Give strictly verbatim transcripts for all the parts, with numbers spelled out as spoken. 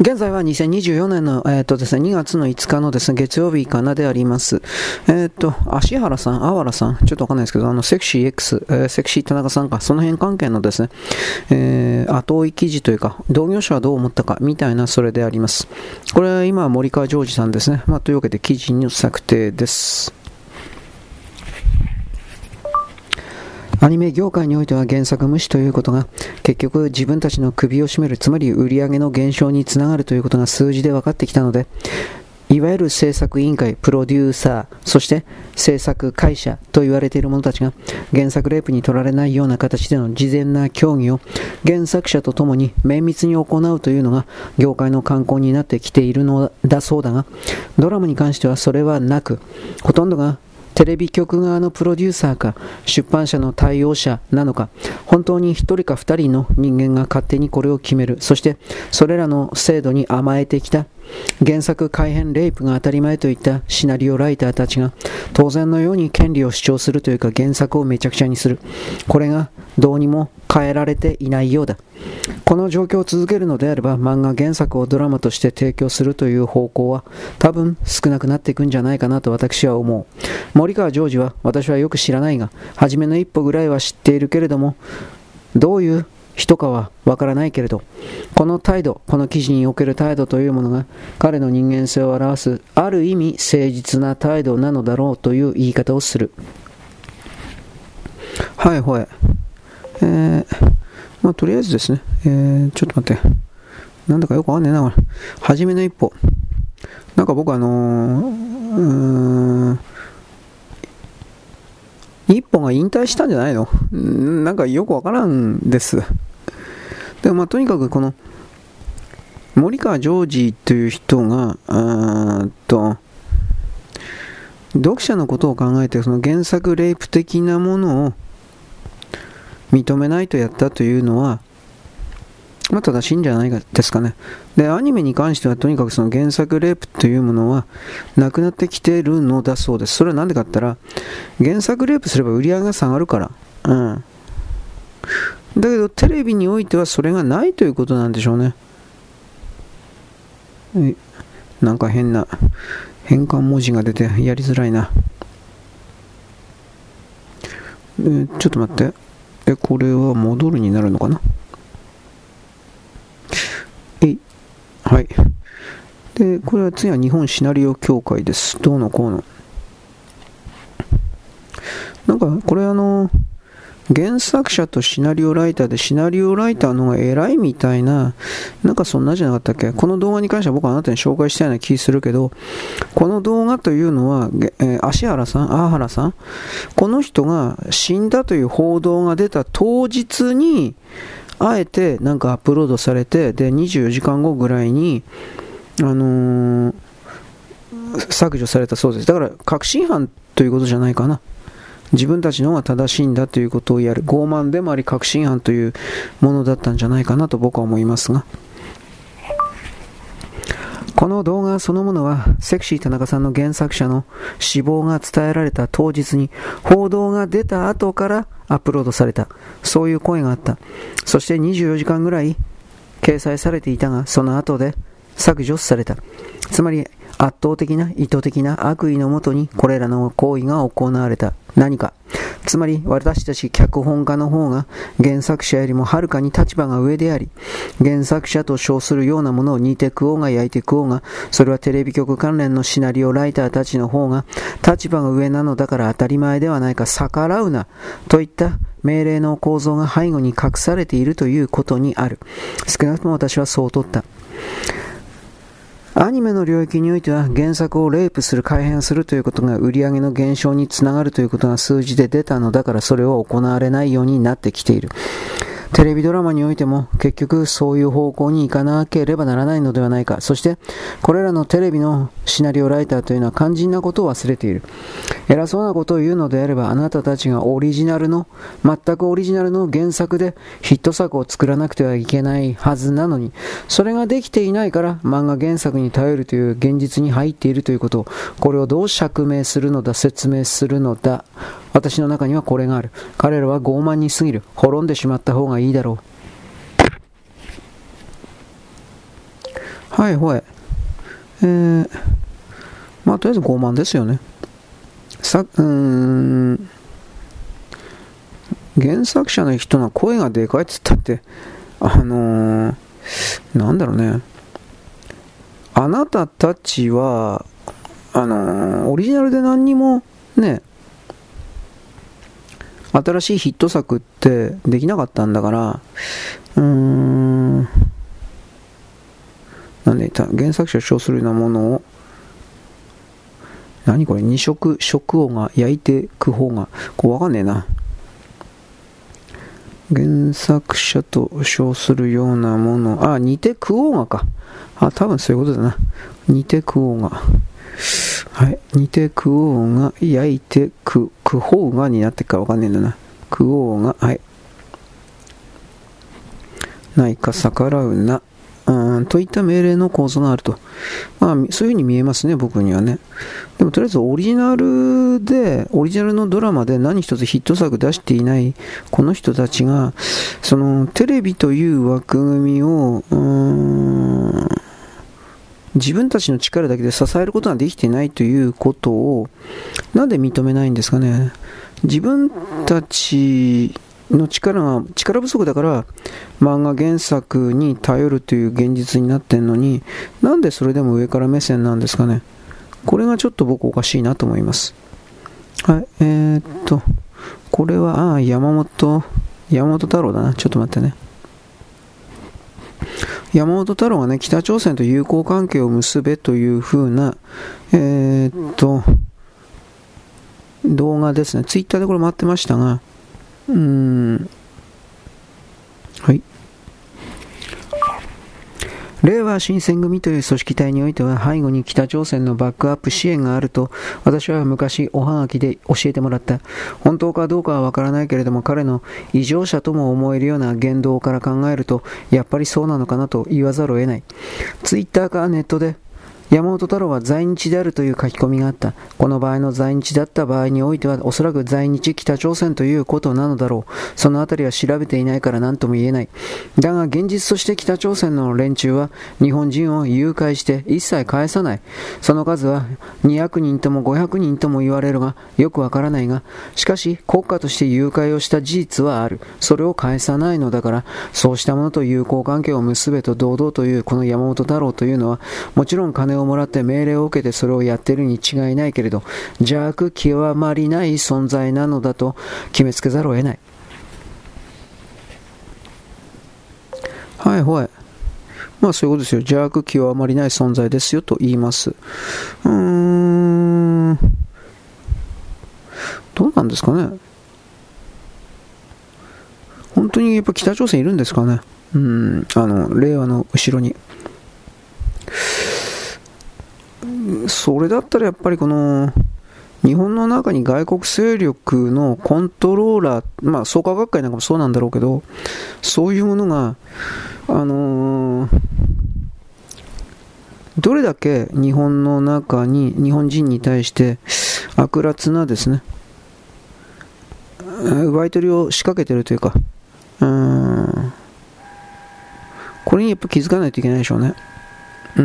現在はにせんにじゅうよねんの、えーとですね、にがつのいつかのですね、月曜日かなであります。えっ、ー、と、芦原さん、あわらさん、ちょっとわかんないですけど、あの、セクシー X、えー、セクシー田中さんか、その辺関係のですね、えー、後追い記事というか、同業者はどう思ったか、みたいなそれであります。これは今は森川ジョージさんですね。まあ、というわけで記事の策定です。アニメ業界においては原作無視ということが結局自分たちの首を絞める、つまり売り上げの減少につながるということが数字で分かってきたので、いわゆる制作委員会、プロデューサー、そして制作会社と言われている者たちが原作レイプに取られないような形での事前な協議を原作者とともに綿密に行うというのが業界の慣行になってきているのだそうだが、ドラマに関してはそれはなく、ほとんどがテレビ局側のプロデューサーか出版社の対応者なのか、本当に一人か二人の人間が勝手にこれを決める、そしてそれらの制度に甘えてきた原作改変レイプが当たり前といったシナリオライターたちが当然のように権利を主張するというか、原作をめちゃくちゃにする、これがどうにも変えられていないようだ。この状況を続けるのであれば、漫画原作をドラマとして提供するという方向は多分少なくなっていくんじゃないかなと私は思う。森川ジョージは私はよく知らないが、初めの一歩ぐらいは知っているけれども、どういう人かはわからないけれど、この態度、この記事における態度というものが彼の人間性を表すある意味誠実な態度なのだろうという言い方をする。はいはい、えー、まあとりあえずですね、えー、ちょっと待って、なんだかよくわかんねえなこれ。初めの一歩、なんか僕あのー、うーん一歩が引退したんじゃないの？なんかよくわからんです。でもまあとにかくこの森川ジョージという人があーと読者のことを考えて、その原作レイプ的なものを認めないとやったというのは、まあ、正しいんじゃないですかね。で、アニメに関してはとにかくその原作レイプというものはなくなってきているのだそうです。それはなんでかって言ったら、原作レイプすれば売り上げが下がるから。うん。だけどテレビにおいてはそれがないということなんでしょうね。なんか変な変換文字が出てやりづらいな。えちょっと待って。え、これは戻るになるのかな。えい。はい。で、これは次は日本シナリオ協会です。どうのこうの。なんか、これあの、原作者とシナリオライターで、シナリオライターの方が偉いみたいな、なんかそんなじゃなかったっけ。この動画に関しては僕はあなたに紹介したような気するけど、この動画というのは、えー、芦原さん、あ原さん、この人が死んだという報道が出た当日に、あえてなんかアップロードされて、で、にじゅうよじかんごぐらいに、あのー、削除されたそうです。だから確信犯ということじゃないかな。自分たちの方が正しいんだということをやる、傲慢でもあり確信犯というものだったんじゃないかなと僕は思いますが、この動画そのものはセクシー田中さんの原作者の死亡が伝えられた当日に報道が出た後からアップロードされた、そういう声があった。そしてにじゅうよじかんぐらい掲載されていたが、その後で削除された。つまり圧倒的な意図的な悪意のもとにこれらの行為が行われた。何か、つまり私たち脚本家の方が原作者よりもはるかに立場が上であり、原作者と称するようなものを煮て食おうが焼いて食おうが、それはテレビ局関連のシナリオライターたちの方が立場が上なのだから当たり前ではないか、逆らうなといった命令の構造が背後に隠されているということにある。少なくとも私はそう取った。アニメの領域においては原作をレイプする、改変するということが売り上げの減少につながるということが数字で出たのだから、それを行われないようになってきている。テレビドラマにおいても結局そういう方向に行かなければならないのではないか。そしてこれらのテレビのシナリオライターというのは肝心なことを忘れている。偉そうなことを言うのであれば、あなたたちがオリジナルの全くオリジナルの原作でヒット作を作らなくてはいけないはずなのに、それができていないから漫画原作に頼るという現実に入っているということを、これをどう釈明するのだ、説明するのだ。私の中にはこれがある。彼らは傲慢に過ぎる。滅んでしまった方がいいだろう。 はいはい。えー、まあとりあえず傲慢ですよね。さ、うーん、原作者の人の声がでかいっつったって、あのー、なんだろうね。あなたたちは、あのー、オリジナルで何にもね、新しいヒット作ってできなかったんだから、うーん、なんで原作者を称するようなものを、何これ、二色、食王が焼いてく方が、こうわかんねえな。原作者と称するようなもの、あ、煮て食おうがか。あ、多分そういうことだな。煮て食おうが。はい。煮て食おうが、焼いて食、食ほうがになってっからわかんねえんだな。食おうが、はい。ないか逆らうな。うん、といった命令の構造があると。まあ、そういう風に見えますね、僕にはね。でもとりあえずオリジナルで、オリジナルのドラマで何一つヒット作出していないこの人たちが、そのテレビという枠組みを、うーん、自分たちの力だけで支えることができていないということを、なんで認めないんですかね。自分たちの力が、力不足だから漫画原作に頼るという現実になってんのに、なんでそれでも上から目線なんですかね。これがちょっと僕おかしいなと思います。はい、えー、っと、これは、ああ、山本、山本太郎だな。ちょっと待ってね。山本太郎がね、北朝鮮と友好関係を結べという風な、えー、っと、動画ですね。ツイッターでこれ待ってましたが、うーん、はい。令和新選組という組織体においては背後に北朝鮮のバックアップ支援があると私は昔おはがきで教えてもらった。本当かどうかはわからないけれども彼の異常者とも思えるような言動から考えるとやっぱりそうなのかなと言わざるを得ない。ツイッターかネットで山本太郎は在日であるという書き込みがあった。この場合の在日だった場合においてはおそらく在日北朝鮮ということなのだろう。そのあたりは調べていないから何とも言えない。だが現実として北朝鮮の連中は日本人を誘拐して一切返さない。その数はにひゃくにんともごひゃくにんとも言われるがよくわからないが、しかし国家として誘拐をした事実はある。それを返さないのだから、そうしたものと友好関係を結べと堂々というこの山本太郎というのはもちろん金ををもらって命令を受けてそれをやっているに違いないけれど邪悪極まりない存在なのだと決めつけざるを得ない。はいはい、まあそういうことですよ。邪悪極まりない存在ですよと言います。うーん、どうなんですかね。本当にやっぱ北朝鮮いるんですかね。うん、あの令和の後ろに。それだったらやっぱりこの日本の中に外国勢力のコントローラー、まあ創価学会なんかもそうなんだろうけど、そういうものがあのー、どれだけ日本の中に日本人に対して悪辣なですね奪い取りを仕掛けているというか、うーん、これにやっぱ気づかないといけないでしょうね。うん。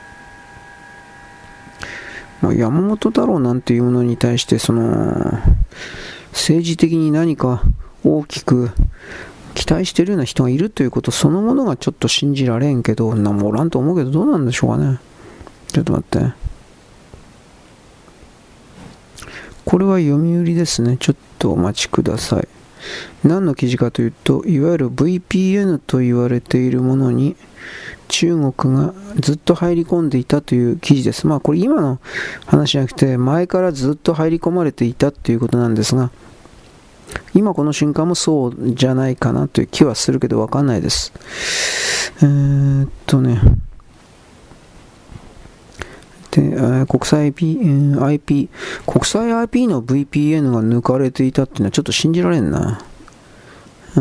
山本太郎なんていうものに対してその政治的に何か大きく期待しているような人がいるということそのものがちょっと信じられんけど、なんもおらんと思うけどどうなんでしょうかね。ちょっと待って、これは読売ですね。ちょっとお待ちください。何の記事かというと、いわゆる ブイピーエヌ と言われているものに中国がずっと入り込んでいたという記事です。まあこれ今の話じゃなくて前からずっと入り込まれていたということなんですが、今この瞬間もそうじゃないかなという気はするけどわかんないです。えー、っとねで国際 アイピー、アイピー、国際 アイピー の ブイピーエヌ が抜かれていたっていうのはちょっと信じられんな。うん、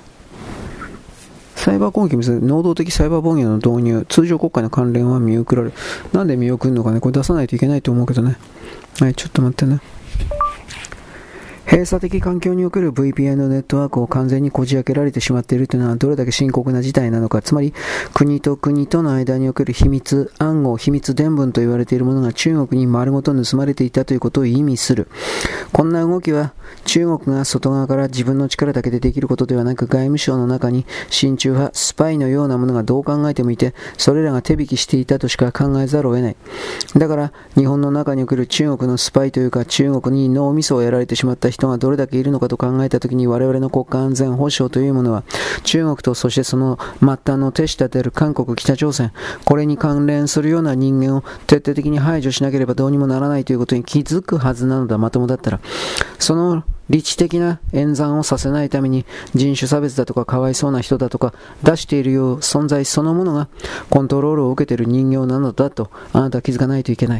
サイバー攻撃も能動的サイバー防御の導入、通常国会の関連は見送られる。なんで見送るのかね、これ出さないといけないと思うけどね。はい、ちょっと待ってね。 閉鎖的環境における ブイピーエヌ ネットワークを完全にこじ開けられてしまっているというのはどれだけ深刻な事態なのか。つまり国と国との間における秘密暗号、秘密伝聞と言われているものが中国に丸ごと盗まれていたということを意味する。こんな動きは中国が外側から自分の力だけでできることではなく、外務省の中に親中派スパイのようなものがどう考えてもいて、それらが手引きしていたとしか考えざるを得ない。だから日本の中における中国のスパイというか、中国に脳みそをやられてしまった人がどれだけいるのかと考えたときに、我々の国家安全保障というものは中国と、そしてその末端の手下である韓国、北朝鮮、これに関連するような人間を徹底的に排除しなければどうにもならないということに気づくはずなのだ。まともだったらその理知的な演算をさせないために、人種差別だとかかわいそうな人だとか出しているよう存在そのものがコントロールを受けている人形なのだと、あなたは気づかないといけない。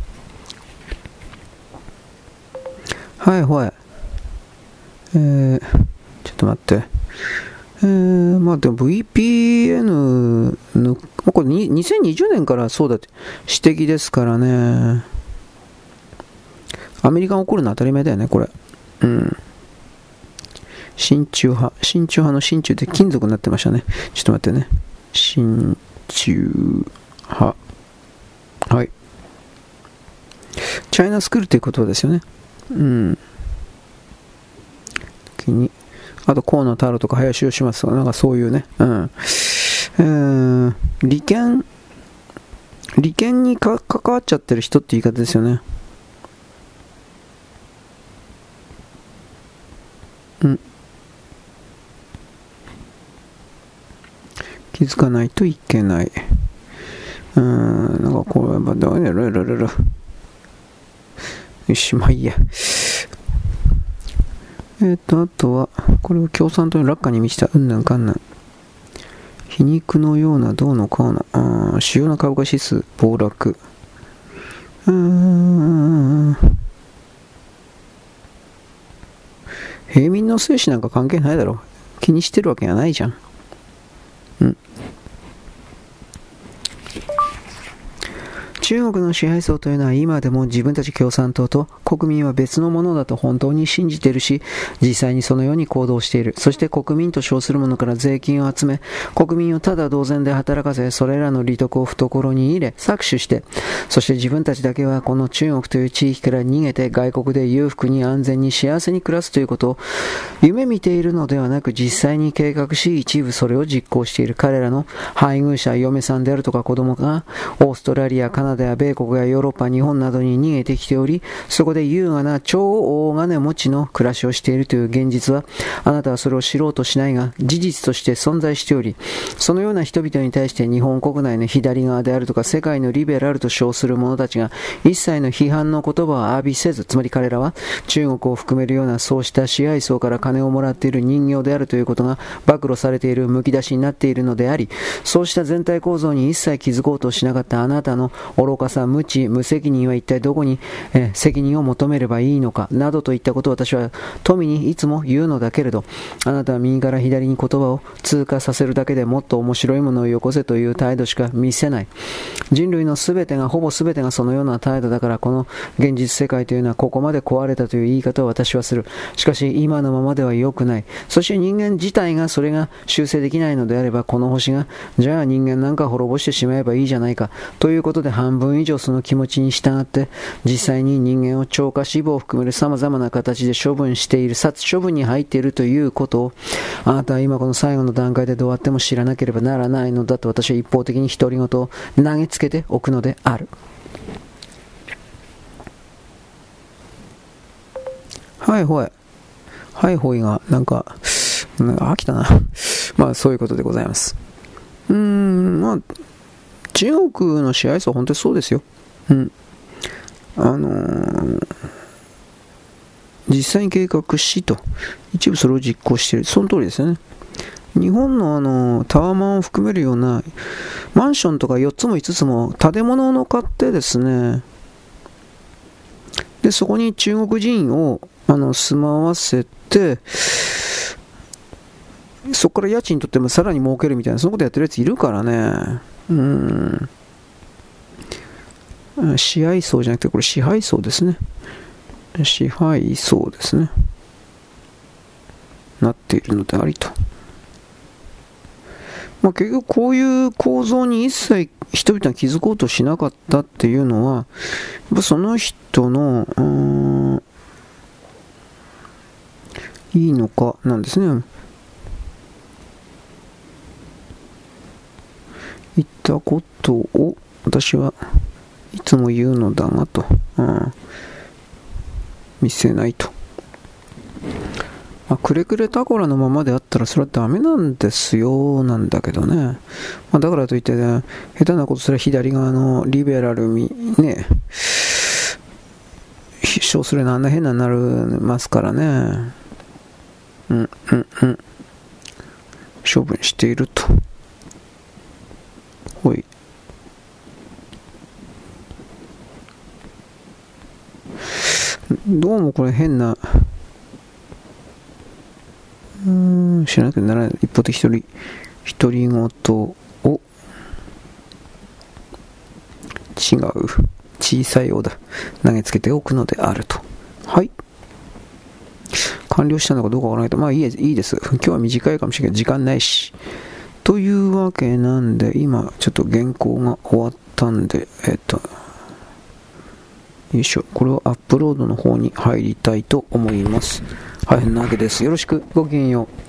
はいはい、えー、ちょっと待って、えー、まあでも ブイピーエヌ のこれにせんにじゅうねんからそうだって指摘ですからね。アメリカが起こるのは当たり前だよね、これ。うん。親中派。親中派の親中って金属になってましたね。ちょっと待ってね。親中派。はい。チャイナスクールっていう言葉ですよね。うん。時に。あと、河野太郎とか林芳正とか、なんかそういうね。うん。えー、利権、利権にか関わっちゃってる人って言い方ですよね。うん、気づかないといけない。うーん、なんかこれはどうやらららら。よし、まあいいや。えっと、あとは、これを共産党に落下に満ちた、うんなんかんなん。皮肉のようなどうのこうの、あ主要な株価指数、暴落。うーん。平民の生死なんか関係ないだろ。気にしてるわけがないじゃん。うん。中国の支配層というのは今でも自分たち共産党と国民は別のものだと本当に信じているし、実際にそのように行動している。そして国民と称するものから税金を集め、国民をただ同然で働かせ、それらの利得を懐に入れ、搾取して、そして自分たちだけはこの中国という地域から逃げて外国で裕福に安全に幸せに暮らすということを夢見ているのではなく、実際に計画し、一部それを実行している。彼らの配偶者、嫁さんであるとか子供がオーストラリア、カナダや米国やヨーロッパ、日本などに逃げてきており、そこで優雅な超大金持ちの暮らしをしているという現実は、あなたはそれを知ろうとしないが事実として存在しており、そのような人々に対して日本国内の左側であるとか世界のリベラルと称する者たちが一切の批判の言葉を浴びせず、つまり彼らは中国を含めるようなそうした支配層から金をもらっている人形であるということが暴露されている、むき出しになっているのであり、そうした全体構造に一切気づこうとしなかったあなたの愚かさ、無知、無責任は一体どこに、え責任を求めればいいのかなどといったことを私は富にいつも言うのだけれど、あなたは右から左に言葉を通過させるだけでもっと面白いものをよこせという態度しか見せない。人類のすべてがほぼすべてがそのような態度だから、この現実世界というのはここまで壊れたという言い方を私はする。しかし今のままでは良くない。そして人間自体がそれが修正できないのであれば、この星がじゃあ人間なんか滅ぼしてしまえばいいじゃないかということで、半分以上その気持ちに従って実際に人間を超過死亡を含める様々な形で処分している、殺処分に入っているということを、あなたは今この最後の段階でどうやっても知らなければならないのだと、私は一方的に独り言を投げつけておくのである。はいほいはいほいがなんかなんか飽きたなまあそういうことでございます。うーん、まあ中国の支配層は本当にそうですよ。うん。あのー、実際に計画しと、一部それを実行している。その通りですよね。日本のあのタワマンを含めるようなマンションとかよっつもいつつも建物の買ってですね、でそこに中国人をあの住まわせて、そこから家賃取ってもさらに儲けるみたいな、そのことやってるやついるからね。うーん、支配層じゃなくてこれ支配層ですね。 支配層ですね。なっているのでありと。まあ、結局こういう構造に一切人々が気づこうとしなかったっていうのは、やっぱその人の、うーん、いいのかなんですね。言ったことを私はいつも言うのだがと、うん、見せないと。まあ、くれくれタコラのままであったらそれはダメなんですよなんだけどね。まあ、だからといって、ね、下手なことすれば左側のリベラルにね、少数例のあんな変なになりますからね。うんうんうん。処分していると。ほい。どうもこれ変な、うーん、知らなきゃならない。一方的一人、独り言を違う小さいようだ投げつけておくのであると。はい。完了したのかどうかわからないと。まあいいいいです。今日は短いかもしれないけど時間ないし。というわけなんで、今ちょっと原稿が終わったんで、えっと、よいしょ。これをアップロードの方に入りたいと思います。はい、なわけです。よろしく。ごきげんよう。